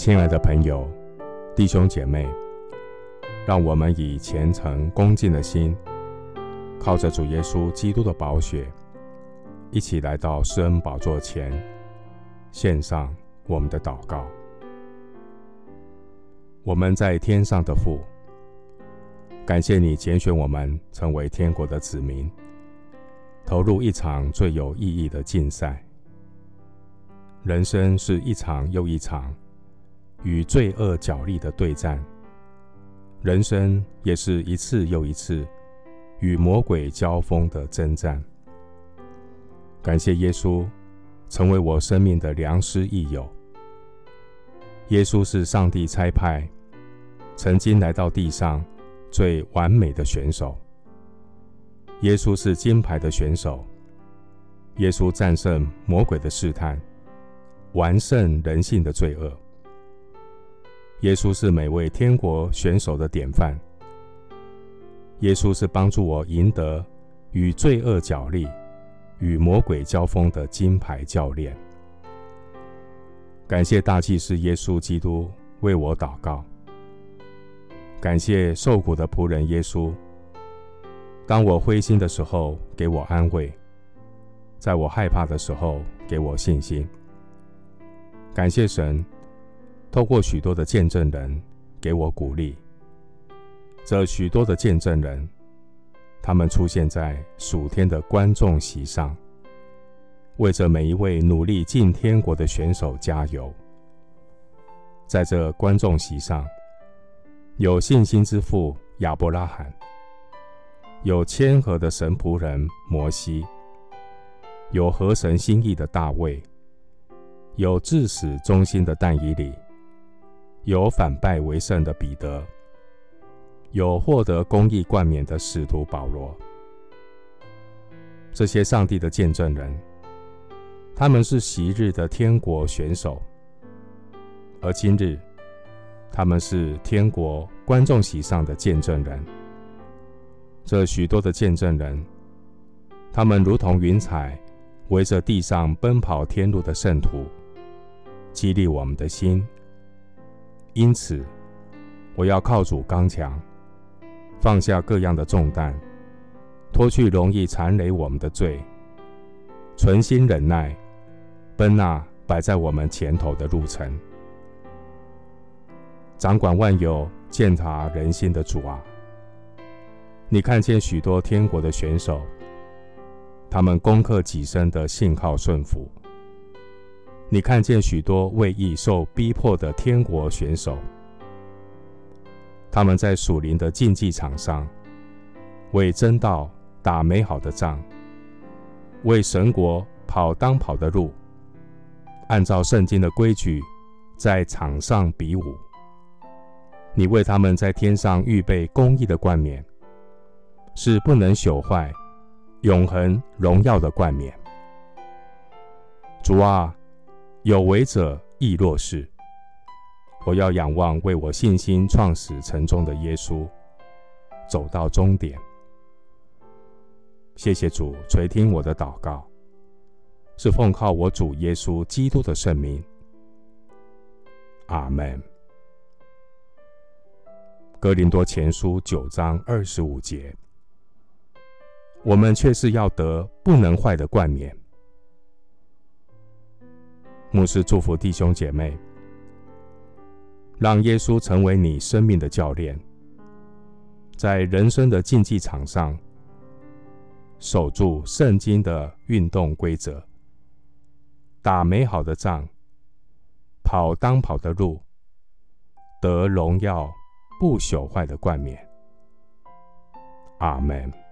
亲爱的朋友、弟兄姐妹，让我们以虔诚恭敬的心，靠着主耶稣基督的宝血，一起来到施恩宝座前，献上我们的祷告。我们在天上的父，感谢你拣选我们成为天国的子民，投入一场最有意义的竞赛。人生是一场又一场与罪恶角力的对战，人生也是一次又一次与魔鬼交锋的征战。感谢耶稣成为我生命的良师益友。耶稣是上帝差派曾经来到地上最完美的选手。耶稣是金牌的选手。耶稣战胜魔鬼的试探，完胜人性的罪恶。耶稣是每位天国选手的典范。耶稣是帮助我赢得与罪恶角力、与魔鬼交锋的金牌教练。感谢大祭司耶稣基督为我祷告。感谢受苦的仆人耶稣，当我灰心的时候给我安慰，在我害怕的时候给我信心。感谢神透过许多的见证人给我鼓励。这许多的见证人，他们出现在属天的观众席上，为着每一位努力进天国的选手加油。在这观众席上，有信心之父亚伯拉罕，有谦和的神仆人摩西，有合神心意的大卫，有至死忠心的但以理，有反败为胜的彼得，有获得公义冠冕的使徒保罗。这些上帝的见证人，他们是昔日的天国选手，而今日他们是天国观众席上的见证人。这许多的见证人，他们如同云彩围着地上奔跑天路的圣徒，激励我们的心。因此我要靠主刚强，放下各样的重担，脱去容易缠累我们的罪，存心忍耐，奔那摆在我们前头的路程。掌管万有、鉴察人心的主啊，你看见许多天国的选手，他们攻克己身的信靠顺服。你看见许多为义受逼迫的天国选手，他们在属灵的竞技场上，为真道打美好的仗，为神国跑当跑的路，按照圣经的规矩在场上比武。你为他们在天上预备公义的冠冕，是不能朽坏、永恒荣耀的冠冕。主啊，有为者亦若是。我要仰望为我信心创始成终的耶稣，走到终点。谢谢主垂听我的祷告，是奉靠我主耶稣基督的圣名。阿们。哥林多前书9章25节，我们却是要得不能坏的冠冕。牧师祝福弟兄姐妹，让耶稣成为你生命的教练，在人生的竞技场上守住圣经的运动规则，打美好的仗，跑当跑的路，得荣耀不朽坏的冠冕。阿们。